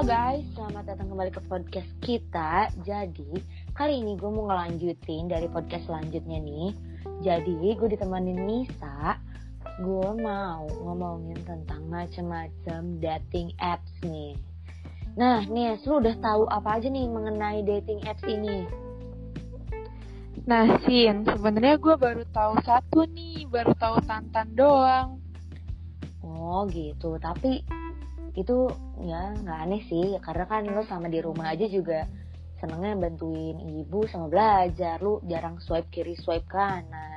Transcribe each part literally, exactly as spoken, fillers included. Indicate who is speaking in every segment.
Speaker 1: guys, selamat datang kembali ke podcast kita. Jadi, kali ini gue mau ngelanjutin dari podcast selanjutnya nih. Jadi, gue ditemanin Nisa. Gue mau ngomongin tentang macam-macam dating apps nih. Nah, Nis, lu udah tahu apa aja nih mengenai dating apps ini?
Speaker 2: Nah, Sin, sebenarnya gue baru tahu satu nih, baru tahu Tantan doang.
Speaker 1: Oh gitu, tapi itu ya nggak aneh sih, karena kan lo sama di rumah aja juga senengnya bantuin ibu sama belajar, lu jarang swipe kiri swipe kanan.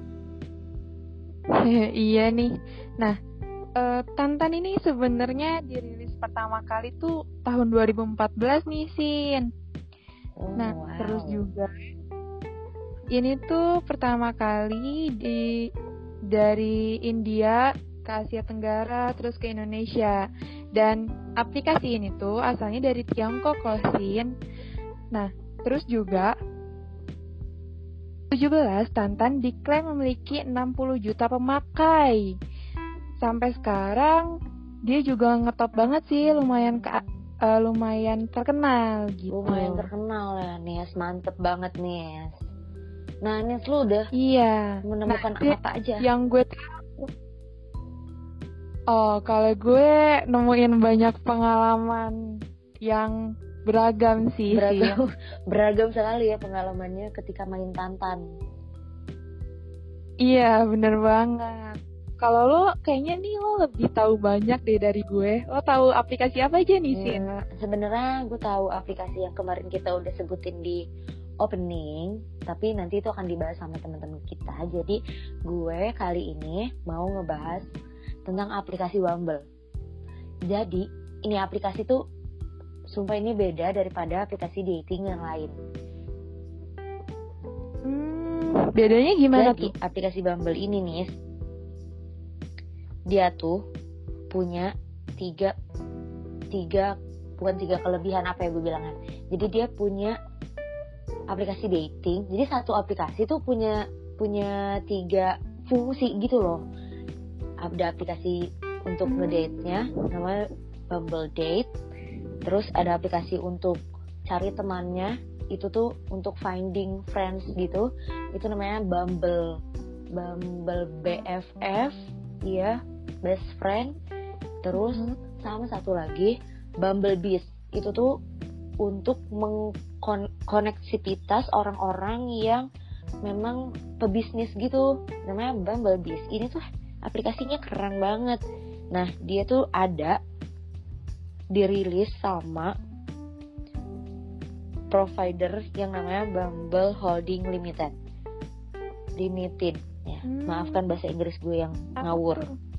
Speaker 2: Iya nih. Nah, uh, Tantan ini sebenarnya dirilis pertama kali tuh tahun dua ribu empat belas nih, Sin.
Speaker 1: Oh,
Speaker 2: nah,
Speaker 1: wow.
Speaker 2: Terus juga ini tuh pertama kali di dari India ke Asia Tenggara terus ke Indonesia. Dan aplikasi ini tuh asalnya dari Tiongkok loh, Sin. Nah, terus juga tujuh belas Tantan diklaim memiliki enam puluh juta pemakai. Sampai sekarang dia juga ngetop banget sih, lumayan ke, uh, lumayan terkenal gitu.
Speaker 1: Lumayan terkenal ya, Nes. Mantep banget, Nes. Nah, Nes, lu udah
Speaker 2: iya.
Speaker 1: menemukan
Speaker 2: nah,
Speaker 1: apa aja?
Speaker 2: Yang gue tahu, oh, kalau gue nemuin banyak pengalaman yang beragam sih.
Speaker 1: Beragam,
Speaker 2: sih.
Speaker 1: beragam sekali ya pengalamannya ketika main Tantan.
Speaker 2: Iya, bener banget. Kalau lo kayaknya nih lo lebih tahu banyak deh dari gue. Lo tahu aplikasi apa aja nih, Sin?
Speaker 1: Hmm, sebenarnya gue tahu aplikasi yang kemarin kita udah sebutin di opening, tapi nanti itu akan dibahas sama teman-teman kita. Jadi gue kali ini mau ngebahas tentang aplikasi Bumble. Jadi ini aplikasi tuh sumpah ini beda daripada aplikasi dating yang lain.
Speaker 2: Hmm, bedanya gimana
Speaker 1: Jadi,
Speaker 2: tuh?
Speaker 1: aplikasi Bumble ini nih, dia tuh punya tiga tiga bukan tiga kelebihan apa ya gue bilangnya. Jadi dia punya aplikasi dating. Jadi satu aplikasi tuh punya punya tiga fungsi gitu loh. Ada aplikasi untuk hmm. ngedate-nya namanya Bumble Date. Terus ada aplikasi untuk cari temannya, itu tuh untuk finding friends gitu. Itu namanya Bumble Bumble B F F, iya, best friend. Terus hmm. sama satu lagi Bumble Bees. Itu tuh untuk mengkoneksivitas orang-orang yang memang pebisnis gitu. Namanya Bumble Bees. Ini tuh aplikasinya keren banget. Nah, dia tuh ada dirilis sama provider yang namanya Bumble Holding Limited. Limited ya. Hmm. Maafkan bahasa Inggris gue yang ngawur.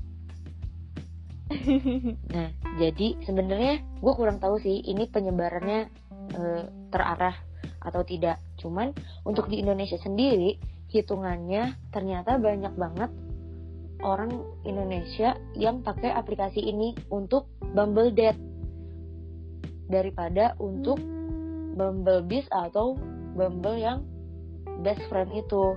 Speaker 1: Nah, jadi sebenarnya gue kurang tahu sih ini penyebarannya e, terarah atau tidak. Cuman untuk di Indonesia sendiri hitungannya ternyata banyak banget orang Indonesia yang pakai aplikasi ini untuk Bumble Date daripada untuk hmm. Bumble Bees atau Bumble yang best friend itu.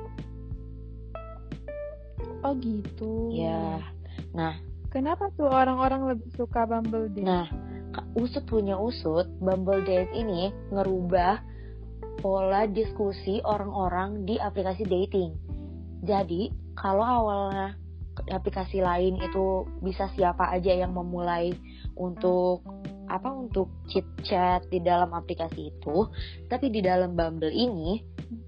Speaker 2: Oh gitu.
Speaker 1: Ya. Nah,
Speaker 2: kenapa tuh orang-orang lebih suka Bumble Date?
Speaker 1: Nah, usut punya usut, Bumble Date ini ngerubah pola diskusi orang-orang di aplikasi dating. Jadi, kalau awalnya aplikasi lain itu bisa siapa aja yang memulai untuk apa untuk chit chat di dalam aplikasi itu, tapi di dalam Bumble ini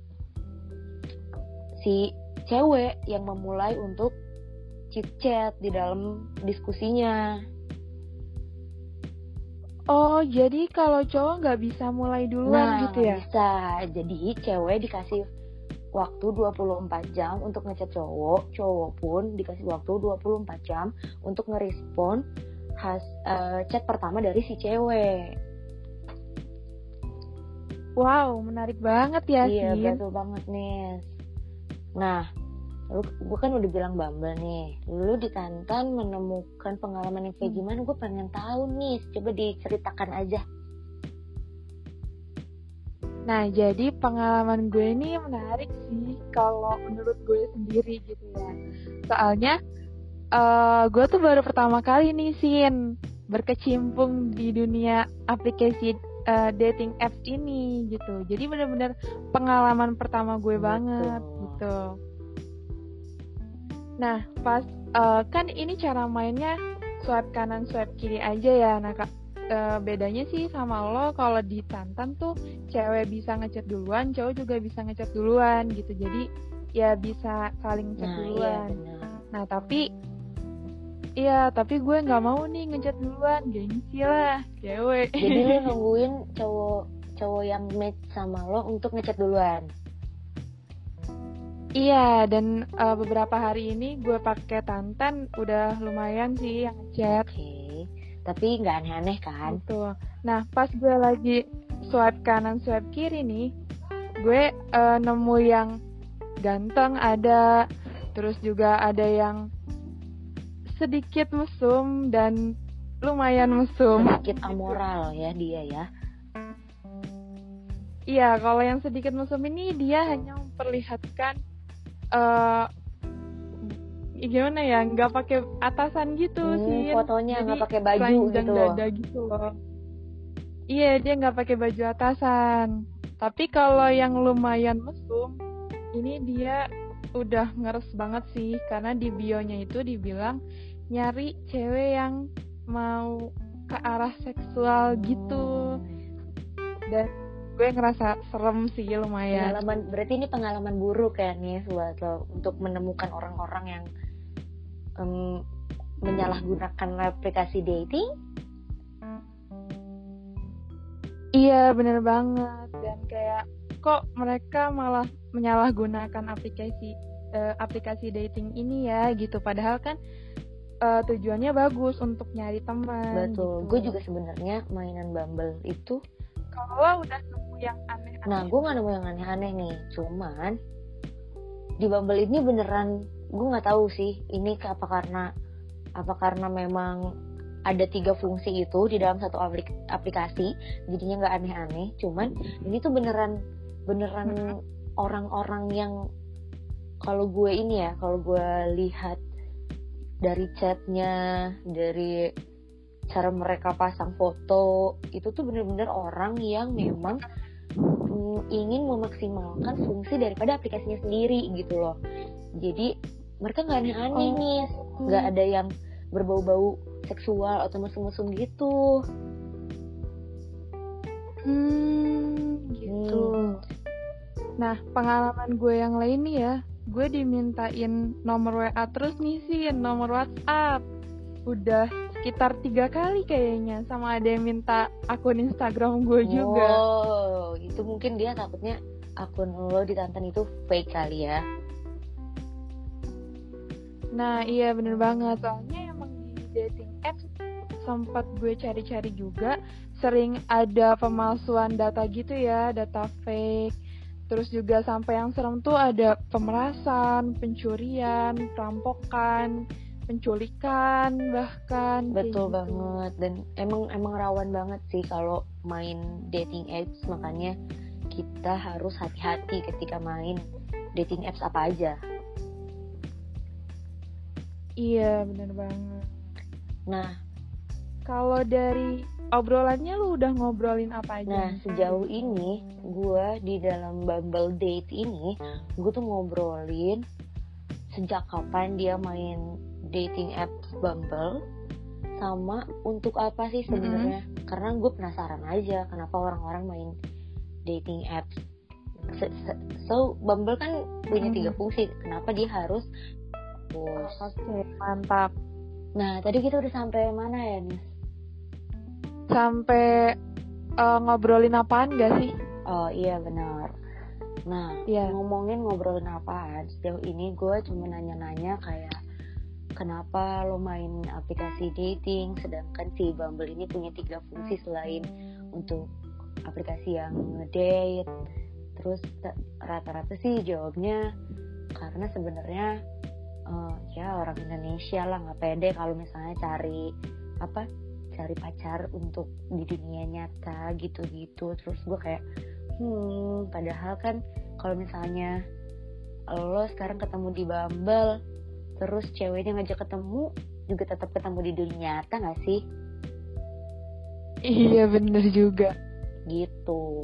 Speaker 1: si cewek yang memulai untuk chit chat di dalam diskusinya.
Speaker 2: Oh, jadi kalau cowok nggak bisa mulai duluan
Speaker 1: nah,
Speaker 2: gitu ya?
Speaker 1: Nah, bisa. Jadi cewek dikasih waktu dua puluh empat jam untuk ngechat cowok, cowok pun dikasih waktu dua puluh empat jam untuk ngerespon has, uh, chat pertama dari si cewek.
Speaker 2: Wow, menarik banget ya,
Speaker 1: Iya,
Speaker 2: Sin.
Speaker 1: betul banget, Nis. Nah, lu, gue kan udah bilang Bumble nih. Lu di Tantan menemukan pengalaman yang kayak gimana? Gue pengen tahu, Nis. Coba diceritakan aja.
Speaker 2: Nah, jadi pengalaman gue ini menarik sih kalau menurut gue sendiri gitu ya. Soalnya uh, gue tuh baru pertama kali nih, Sin, berkecimpung di dunia aplikasi uh, dating apps ini gitu. Jadi benar-benar pengalaman pertama gue
Speaker 1: Betul.
Speaker 2: banget gitu. Nah, pas uh, kan ini cara mainnya swipe kanan swipe kiri aja ya. Nah, Kak, uh, bedanya sih sama lo kalau di Tantan tuh cewek bisa ngechat duluan, cowok juga bisa ngechat duluan gitu. Jadi ya bisa saling chat
Speaker 1: Nah,
Speaker 2: duluan.
Speaker 1: iya benar.
Speaker 2: Nah, tapi Iya, tapi gue nggak mau nih ngechat duluan, gengsi lah, cewek.
Speaker 1: Jadi lo nungguin cowok cowok yang match sama lo untuk ngechat duluan.
Speaker 2: Iya, dan uh, beberapa hari ini gue pakai Tantan udah lumayan sih yang ngechat.
Speaker 1: Oke, okay. Tapi nggak aneh-aneh kan?
Speaker 2: Betul. Nah, pas gue lagi swipe kanan swipe kiri nih, gue uh, nemu yang ganteng ada, terus juga ada yang sedikit mesum dan lumayan mesum.
Speaker 1: Sedikit amoral ya dia ya.
Speaker 2: Iya, kalau yang sedikit mesum ini dia hanya memperlihatkan uh, gimana ya, nggak pakai atasan gitu
Speaker 1: hmm,
Speaker 2: sih.
Speaker 1: Fotonya nggak pakai baju gitu loh.
Speaker 2: Dada gitu loh. Iya, dia nggak pakai baju atasan. Tapi kalau yang lumayan mesum, ini dia udah ngeres banget sih, karena di bio-nya itu dibilang nyari cewek yang mau ke arah seksual gitu. Dan gue ngerasa serem sih lumayan.
Speaker 1: Pengalaman, berarti ini pengalaman buruk ya nih buat lo untuk menemukan orang-orang yang um, menyalahgunakan aplikasi dating.
Speaker 2: Iya, bener banget. Dan kayak kok mereka malah menyalahgunakan aplikasi uh, aplikasi dating ini ya gitu, padahal kan uh, tujuannya bagus untuk nyari teman.
Speaker 1: Betul.
Speaker 2: Gitu.
Speaker 1: Gue juga sebenarnya mainan Bumble itu
Speaker 2: kalau udah nemu yang aneh-aneh.
Speaker 1: Nah, gue nggak nemu yang aneh-aneh nih, cuman di Bumble ini beneran gue nggak tahu sih ini apa karena apa karena memang ada tiga fungsi itu di dalam satu aplik- aplikasi, jadinya nggak aneh-aneh. Cuman ini tuh beneran beneran hmm. orang-orang yang kalau gue ini ya, kalau gue lihat dari chatnya, dari cara mereka pasang foto, itu tuh bener-bener orang yang memang mm, ingin memaksimalkan fungsi daripada aplikasinya sendiri gitu loh. Jadi mereka nggak aneh-aneh oh. nih, nggak ada yang berbau-bau seksual atau mesum-mesum gitu.
Speaker 2: Hmm, gitu. Hmm. Nah, pengalaman gue yang lain nih ya, gue dimintain nomor W A terus ngisiin nomor WhatsApp. Udah sekitar tiga kali kayaknya, sama ada yang minta akun Instagram gue juga.
Speaker 1: Oh, itu mungkin dia takutnya akun lo di Tantan itu fake kali ya.
Speaker 2: Nah, iya bener banget. Soalnya emang di dating apps sempat gue cari-cari juga, sering ada pemalsuan data gitu ya, data fake. Terus juga sampai yang serem tuh ada pemerasan, pencurian, perampokan, penculikan bahkan.
Speaker 1: Betul
Speaker 2: gitu.
Speaker 1: banget. Dan emang emang rawan banget sih kalau main dating apps, makanya kita harus hati-hati ketika main dating apps apa aja.
Speaker 2: Iya, benar banget.
Speaker 1: Nah,
Speaker 2: kalau dari obrolannya lu udah ngobrolin apa aja?
Speaker 1: Nah, sejauh ini gue di dalam Bumble Date ini, gue tuh ngobrolin sejak kapan dia main dating apps Bumble, sama untuk apa sih sebenarnya? Mm-hmm. Karena gue penasaran aja kenapa orang-orang main dating apps. So, Bumble kan punya mm-hmm. tiga fungsi. Kenapa dia harus
Speaker 2: Oh, Oke, okay, mantap.
Speaker 1: Nah, tadi kita udah sampai mana ya, Nis?
Speaker 2: Sampai uh, ngobrolin apaan gak sih?
Speaker 1: Oh iya benar. Nah, yeah. ngomongin ngobrolin apaan, sejauh ini gue cuma nanya-nanya kayak kenapa lo main aplikasi dating, sedangkan si Bumble ini punya tiga fungsi selain untuk aplikasi yang ngedate. Terus rata-rata sih jawabnya karena sebenarnya Uh, ya orang Indonesia lah nggak pede kalau misalnya cari apa cari pacar untuk di dunia nyata gitu-gitu. Terus gue kayak hmm padahal kan kalau misalnya lo sekarang ketemu di Bumble terus ceweknya ngajak ketemu juga tetap ketemu di dunia nyata nggak sih?
Speaker 2: Iya bener juga.
Speaker 1: Gitu.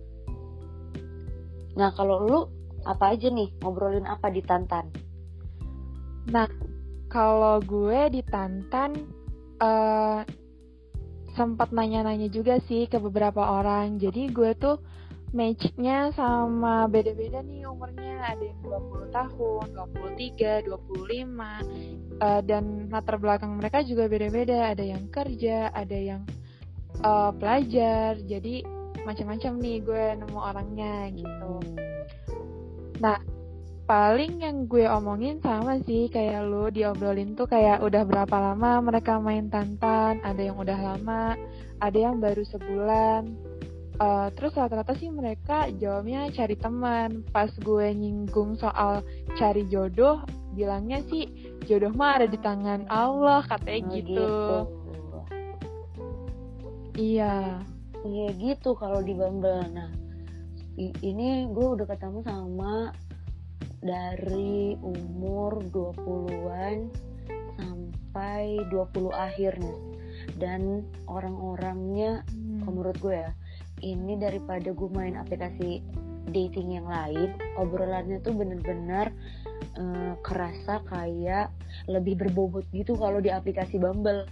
Speaker 1: Nah kalau lu apa aja nih, ngobrolin apa di Tantan?
Speaker 2: Nah kalau gue di Tantan uh, sempat nanya-nanya juga sih ke beberapa orang. Jadi gue tuh match-nya sama beda-beda nih umurnya. Ada yang dua puluh tahun, dua puluh tiga, dua puluh lima. Uh, dan latar belakang mereka juga beda-beda. Ada yang kerja, ada yang uh, pelajar. Jadi macam-macam nih gue nemu orangnya gitu. Nah paling yang gue omongin sama sih kayak lu, diobrolin tuh kayak udah berapa lama mereka main Tantan. Ada yang udah lama, ada yang baru sebulan. uh, Terus rata-rata sih mereka jawabnya cari teman. Pas gue nyinggung soal cari jodoh, bilangnya sih jodoh mah ada di tangan Allah, katanya
Speaker 1: Oh,
Speaker 2: gitu.
Speaker 1: gitu.
Speaker 2: Iya.
Speaker 1: Iya gitu kalau di Bumble. Nah i- ini gue udah ketemu sama dari umur dua puluhan sampai dua puluh akhirnya. Dan orang-orangnya hmm. menurut gue ya, ini daripada gue main aplikasi dating yang lain, obrolannya tuh bener-bener uh, kerasa kayak lebih berbobot gitu kalau di aplikasi Bumble.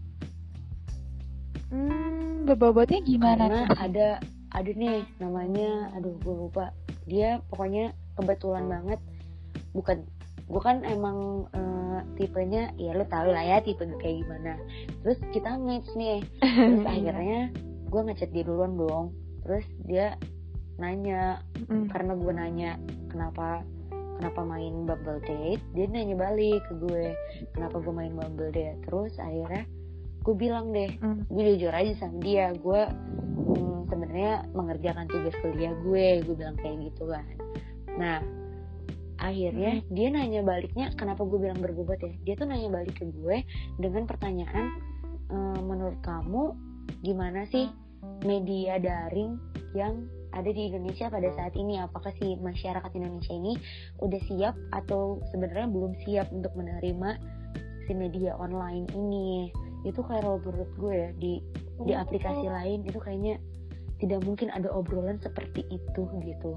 Speaker 2: Hmm, berbobotnya gimana?
Speaker 1: Karena ada ada nih namanya, aduh gue lupa. Dia pokoknya kebetulan banget, bukan gue kan emang uh, tipenya ya lo tau lah ya tipe kayak gimana. Terus kita match nih, terus akhirnya gue ngechat dia duluan dong. Terus dia nanya, mm. karena gue nanya kenapa kenapa main Bumble Date, dia nanya balik ke gue kenapa gue main Bumble Date. Terus akhirnya gue bilang deh, mm. gue jujur aja sama dia, gue hmm, sebenarnya mengerjakan tugas kuliah gue, gue bilang kayak gitu kan. Nah akhirnya hmm. dia nanya baliknya kenapa gue bilang berbobot ya. Dia tuh nanya balik ke gue dengan pertanyaan, e, menurut kamu gimana sih media daring yang ada di Indonesia pada saat ini? Apakah si masyarakat Indonesia ini udah siap atau sebenarnya belum siap untuk menerima si media online ini? Itu kayak menurut gue ya, di di aplikasi lain itu kayaknya tidak mungkin ada obrolan seperti itu gitu.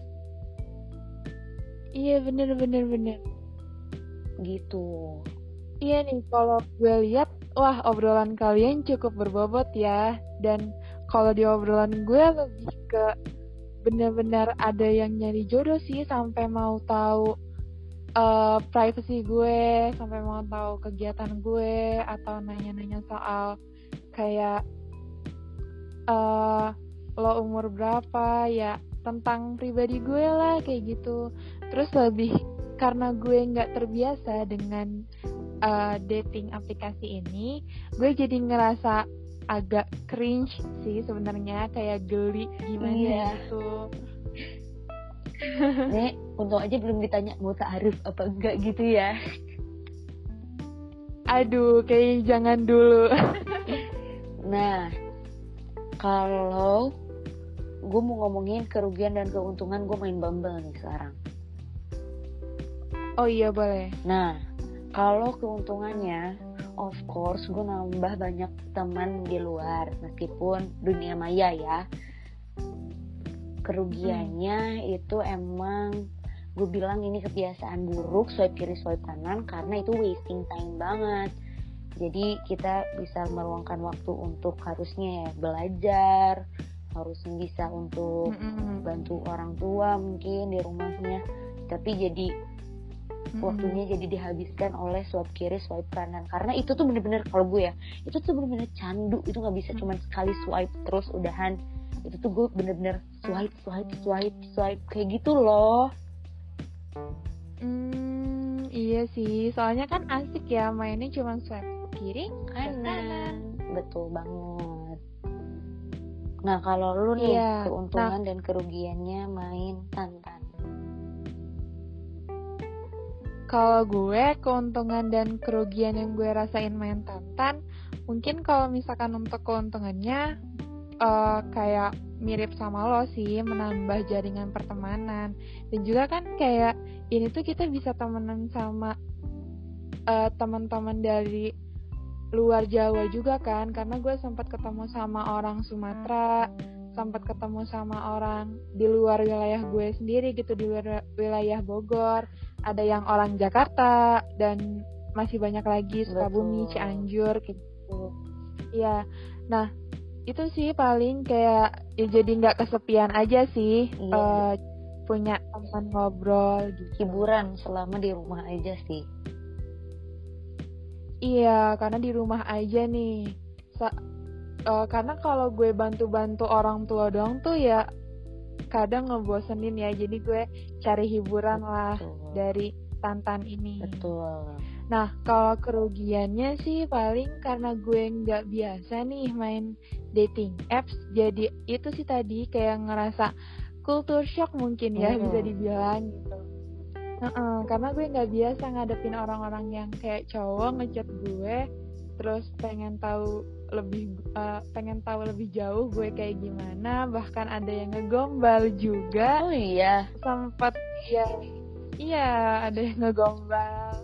Speaker 2: Iya bener bener bener
Speaker 1: gitu.
Speaker 2: Iya nih kalau gue lihat, wah obrolan kalian cukup berbobot ya. Dan kalau di obrolan gue lebih ke benar-benar ada yang nyari jodoh sih, sampai mau tahu uh, privacy gue, sampai mau tahu kegiatan gue, atau nanya-nanya soal kayak uh, lo umur berapa ya, tentang pribadi gue lah kayak gitu. Terus lebih karena gue nggak terbiasa dengan uh, dating aplikasi ini, gue jadi ngerasa agak cringe sih sebenarnya, kayak geli gimana iya. gitu.
Speaker 1: Nih untung aja belum ditanya mau ta'aruf apa enggak gitu ya.
Speaker 2: Aduh kayak jangan dulu.
Speaker 1: Nah kalau gue mau ngomongin kerugian dan keuntungan gue main Bumble nih sekarang.
Speaker 2: Oh iya boleh.
Speaker 1: Nah kalau keuntungannya, of course gue nambah banyak teman di luar meskipun dunia maya ya. Kerugiannya hmm. itu emang gue bilang ini kebiasaan buruk, swipe kiri swipe kanan, karena itu wasting time banget. Jadi kita bisa meluangkan waktu untuk harusnya ya belajar, harusnya bisa untuk mm-hmm. bantu orang tua mungkin di rumahnya, tapi jadi mm-hmm. waktunya jadi dihabiskan oleh swipe kiri swipe kanan. Karena itu tuh bener-bener kalau gue ya, itu tuh bener-bener candu, itu nggak bisa mm-hmm. cuma sekali swipe terus udahan. Itu tuh gue bener-bener swipe swipe swipe swipe kayak gitu loh.
Speaker 2: Hmm, iya sih, soalnya kan asik ya mainnya cuma swipe kiri
Speaker 1: kanan. kanan. Betul banget. Nah kalau lu nih iya, keuntungan nah, dan kerugiannya main Tantan.
Speaker 2: Kalau gue keuntungan dan kerugian yang gue rasain main Tantan, mungkin kalau misalkan untuk keuntungannya uh, kayak mirip sama lo sih, menambah jaringan pertemanan. Dan juga kan kayak ini tuh kita bisa temenan sama uh, teman-teman dari luar Jawa juga kan, karena gue sempat ketemu sama orang Sumatera, sempat ketemu sama orang di luar wilayah gue sendiri gitu, di luar wilayah Bogor, ada yang orang Jakarta, dan masih banyak lagi Sukabumi, Cianjur gitu. Iya, nah itu sih paling kayak ya jadi nggak kesepian aja sih, iya, uh, punya teman ngobrol gitu.
Speaker 1: Hiburan selama di rumah aja sih.
Speaker 2: Iya, karena di rumah aja nih. Sa- uh, karena kalau gue bantu-bantu orang tua doang tuh ya kadang ngebosenin ya. Jadi gue cari hiburan Betul. lah dari Tantan ini.
Speaker 1: Betul.
Speaker 2: Nah, kalau kerugiannya sih paling karena gue nggak biasa nih main dating apps. Jadi itu sih tadi kayak ngerasa culture shock mungkin ya, hmm. bisa dibilang gitu. Uh-uh, karena gue nggak biasa ngadepin orang-orang yang kayak cowok ngechat gue, terus pengen tahu lebih uh, pengen tahu lebih jauh gue kayak gimana, bahkan ada yang ngegombal juga.
Speaker 1: Oh iya,
Speaker 2: sempat ya, iya ada yang ngegombal,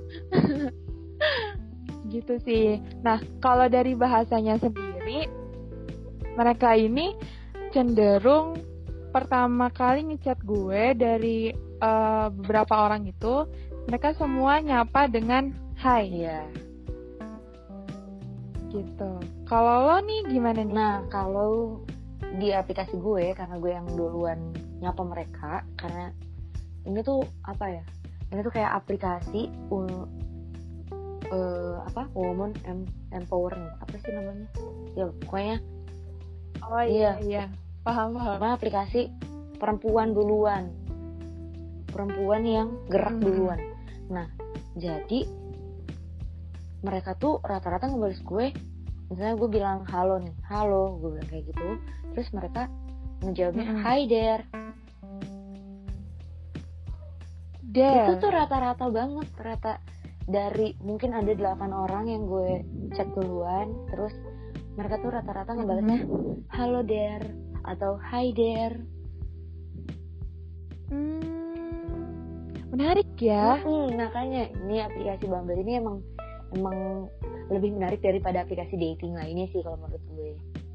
Speaker 2: gitu sih. Nah kalau dari bahasanya sendiri, mereka ini cenderung pertama kali ngechat gue dari uh, beberapa orang itu, mereka semua nyapa dengan hai.
Speaker 1: Iya.
Speaker 2: Gitu. Kalau lo nih gimana nih?
Speaker 1: Nah, kalau di aplikasi gue, karena gue yang duluan nyapa mereka, karena ini tuh apa ya? Ini tuh kayak aplikasi uh, uh, apa? Woman Empowering. Apa sih namanya? Ya, pokoknya.
Speaker 2: Oh iya, iya. Paham, paham.
Speaker 1: Apa aplikasi perempuan duluan, perempuan yang gerak hmm. duluan. Nah, jadi mereka tuh rata-rata ngebalas gue, misalnya gue bilang halo nih, halo, gue bilang kayak gitu, terus mereka ngejawabnya hmm. hi there. There. Itu tuh rata-rata banget, rata dari mungkin ada delapan orang yang gue chat duluan, terus mereka tuh rata-rata ngebalasnya hmm. halo there atau hi there.
Speaker 2: Hmm, menarik ya.
Speaker 1: Hmm, makanya ini aplikasi Bumble ini emang emang lebih menarik daripada aplikasi dating lainnya sih kalau menurut gue.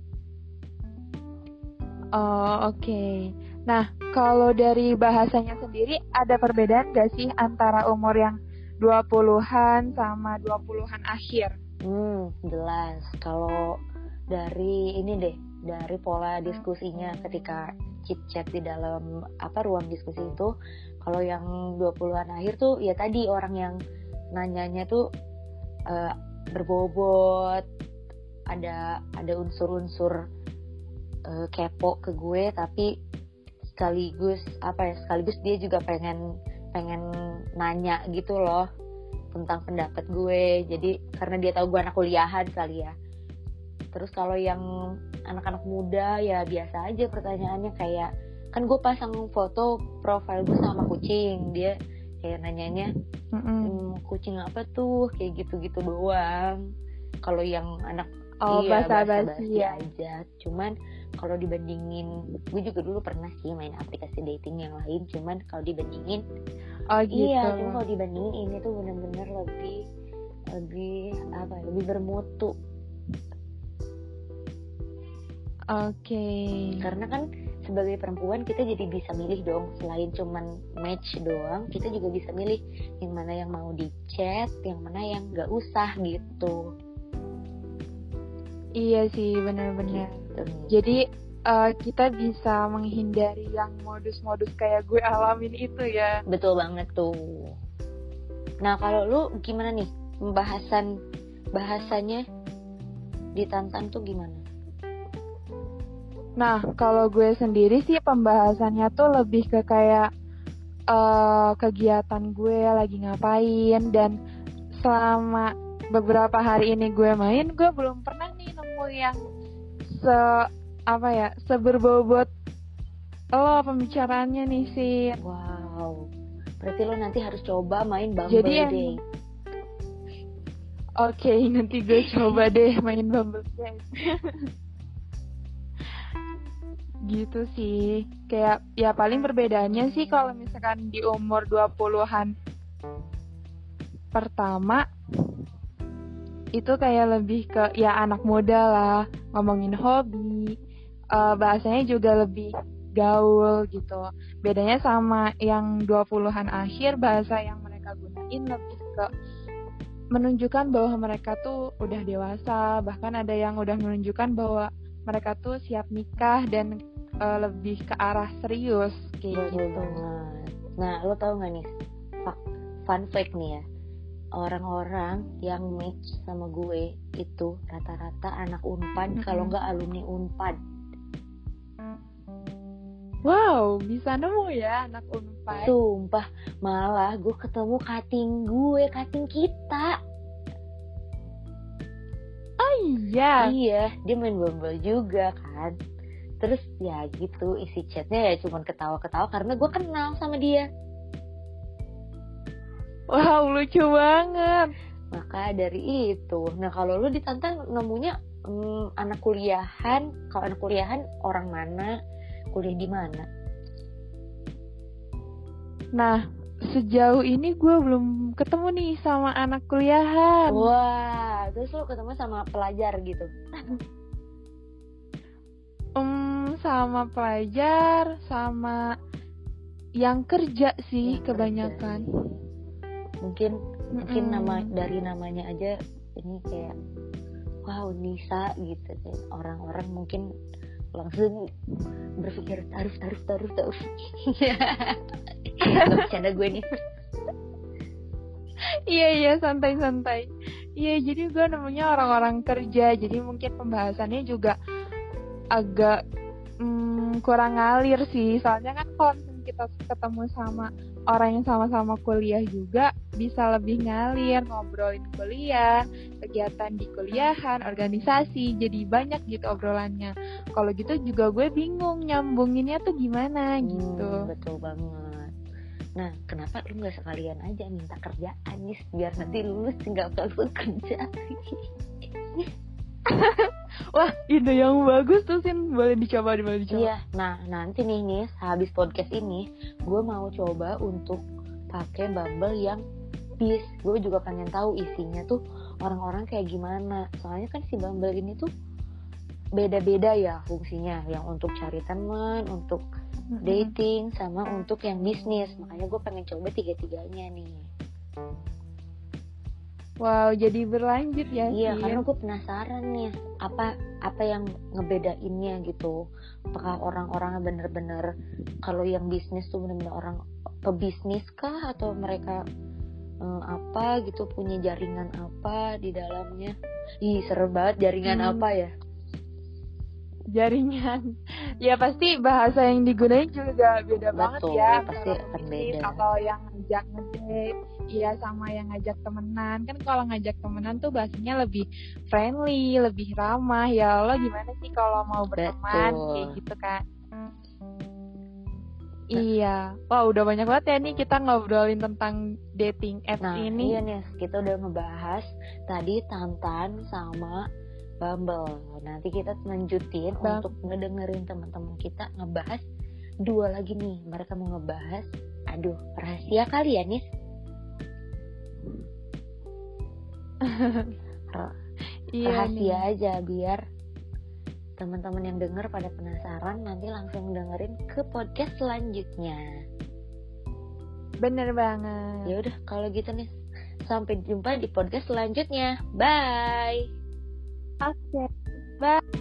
Speaker 2: Oh oke. Okay. Nah kalau dari bahasanya sendiri ada perbedaan gak sih antara umur yang dua puluhan sama dua puluhan akhir?
Speaker 1: Hmm jelas. Kalau dari ini deh, dari pola diskusinya ketika chit-chat di dalam apa ruang diskusi itu, kalau yang dua puluhan akhir tuh ya tadi orang yang nanyanya tuh uh, berbobot, ada ada unsur-unsur uh, kepo ke gue, tapi sekaligus apa ya sekaligus dia juga pengen pengen nanya gitu loh tentang pendapat gue. Jadi karena dia tahu gue anak kuliahan kali ya. Terus kalau yang anak-anak muda ya biasa aja pertanyaannya, kayak kan gue pasang foto profil gue sama kucing, dia kayak nanyanya mm, kucing apa tuh, kayak gitu-gitu doang. Kalau yang anak
Speaker 2: oh,
Speaker 1: iya
Speaker 2: basa-basi
Speaker 1: ya aja. Cuman kalau dibandingin, gue juga dulu pernah sih main aplikasi dating yang lain, cuman kalau dibandingin
Speaker 2: oh gitu.
Speaker 1: Iya, cuma kalau dibandingin ini tuh benar-benar lebih lebih apa ya, lebih bermutu.
Speaker 2: Oke. Okay.
Speaker 1: Karena kan sebagai perempuan kita jadi bisa milih dong, selain cuman match doang, kita juga bisa milih yang mana yang mau di chat, yang mana yang nggak usah gitu.
Speaker 2: Iya sih, benar-benar.
Speaker 1: Gitu.
Speaker 2: Jadi uh, kita bisa menghindari yang modus-modus kayak gue alamin itu ya.
Speaker 1: Betul banget tuh. Nah kalau lu gimana nih pembahasan bahasanya di Tantan tuh gimana?
Speaker 2: Nah, kalau gue sendiri sih pembahasannya tuh lebih ke kayak uh, kegiatan gue lagi ngapain, dan selama beberapa hari ini gue main, gue belum pernah nih nemu yang se apa ya seberbobot lo pembicaraannya nih sih.
Speaker 1: Wow, berarti lo nanti harus coba main Bumble
Speaker 2: Jadi yang...
Speaker 1: Date.
Speaker 2: Oke, okay, nanti gue coba deh main Bumble Date. Gitu sih. Kayak ya paling perbedaannya sih kalau misalkan di umur dua puluhan pertama itu kayak lebih ke ya anak muda lah, ngomongin hobi, uh, bahasanya juga lebih gaul gitu. Bedanya sama yang dua puluhan akhir, bahasa yang mereka gunain lebih ke menunjukkan bahwa mereka tuh udah dewasa, bahkan ada yang udah menunjukkan bahwa mereka tuh siap nikah dan uh, lebih ke arah serius kayak
Speaker 1: Betul
Speaker 2: gitu.
Speaker 1: banget. Nah, lo tau gak nih, fun fact nih ya, orang-orang yang match sama gue itu rata-rata anak Unpad, mm-hmm. kalau nggak alumni Unpad.
Speaker 2: Wow, bisa nemu ya anak Unpad.
Speaker 1: Sumpah, malah gue ketemu kating gue, kating kita.
Speaker 2: Oh iya.
Speaker 1: Iya, dia main Bumble juga kan. Terus ya gitu, isi chatnya ya cuman ketawa-ketawa karena gue kenal sama dia.
Speaker 2: Wow, lucu banget.
Speaker 1: Maka dari itu, nah kalau lu ditantang nemunya um, anak kuliahan, kalau anak kuliahan orang mana, kuliah di mana?
Speaker 2: Nah, sejauh ini gue belum ketemu nih sama anak kuliahan.
Speaker 1: Wah, terus lu ketemu sama pelajar gitu?
Speaker 2: um, sama pelajar, sama yang kerja sih yang kebanyakan.
Speaker 1: Kerja. Mungkin Mm-mm. mungkin nama dari namanya aja ini kayak wow Nisa gitu deh. Orang-orang mungkin langsung berpikir tarif tarif tarif tarif. Gak bercanda gue nih.
Speaker 2: Iya iya santai santai. Iya jadi gue namanya orang-orang kerja, jadi mungkin pembahasannya juga agak mm, kurang ngalir sih. Soalnya kan kalau kita ketemu sama orang yang sama-sama kuliah juga bisa lebih ngalir, ngobrolin kuliah, kegiatan di kuliahan, organisasi, jadi banyak gitu obrolannya. Kalau gitu juga gue bingung nyambunginnya tuh gimana
Speaker 1: hmm,
Speaker 2: gitu.
Speaker 1: Betul banget. Nah, kenapa lu nggak sekalian aja minta kerjaan nih biar nanti lulus tinggal langsung kerja?
Speaker 2: Wah, ide yang bagus tuh Sin, boleh dicoba, boleh dicoba.
Speaker 1: Iya, nah nanti nih nih habis podcast ini, gue mau coba untuk pakai Bumble yang bis. Gue juga pengen tahu isinya tuh orang-orang kayak gimana. Soalnya kan si Bumble ini tuh beda-beda ya fungsinya, yang untuk cari teman, untuk mm-hmm. dating, sama untuk yang bisnis. Makanya gue pengen coba tiga-tiganya nih.
Speaker 2: Wow, jadi berlanjut ya.
Speaker 1: Iya,
Speaker 2: sih.
Speaker 1: Karena gue penasaran nih apa apa yang ngebedainnya gitu. Apakah orang-orangnya bener-bener kalau yang bisnis tuh bener-bener orang pebisnis kah, atau mereka eh, apa gitu, punya jaringan apa di dalamnya? Ih, seru banget jaringan hmm. apa ya?
Speaker 2: Jaringan. Ya pasti bahasa yang digunain juga beda
Speaker 1: Betul,
Speaker 2: banget ya.
Speaker 1: ya pasti akan beda.
Speaker 2: Atau yang ngajak ngedate, iya sama yang ngajak temenan. Kan kalau ngajak temenan tuh bahasanya lebih friendly, lebih ramah. Ya lo gimana sih kalau mau berteman kayak gitu kan? Nah. Iya. Wah, udah banyak banget ya nih kita ngobrolin tentang dating apps
Speaker 1: nah,
Speaker 2: ini.
Speaker 1: Iya nih, kita udah ngebahas tadi Tantan sama Bumble. Nanti kita lanjutin Bang. Untuk ngedengerin teman-teman kita ngebahas dua lagi nih. Mereka mau ngebahas, aduh, rahasia kali ya nih.
Speaker 2: Iya
Speaker 1: rahasia
Speaker 2: nih.
Speaker 1: aja biar teman-teman yang denger pada penasaran, nanti langsung dengerin ke podcast selanjutnya.
Speaker 2: Bener banget.
Speaker 1: Ya udah kalau gitu nih, sampai jumpa di podcast selanjutnya. Bye.
Speaker 2: Oke, okay. Bye.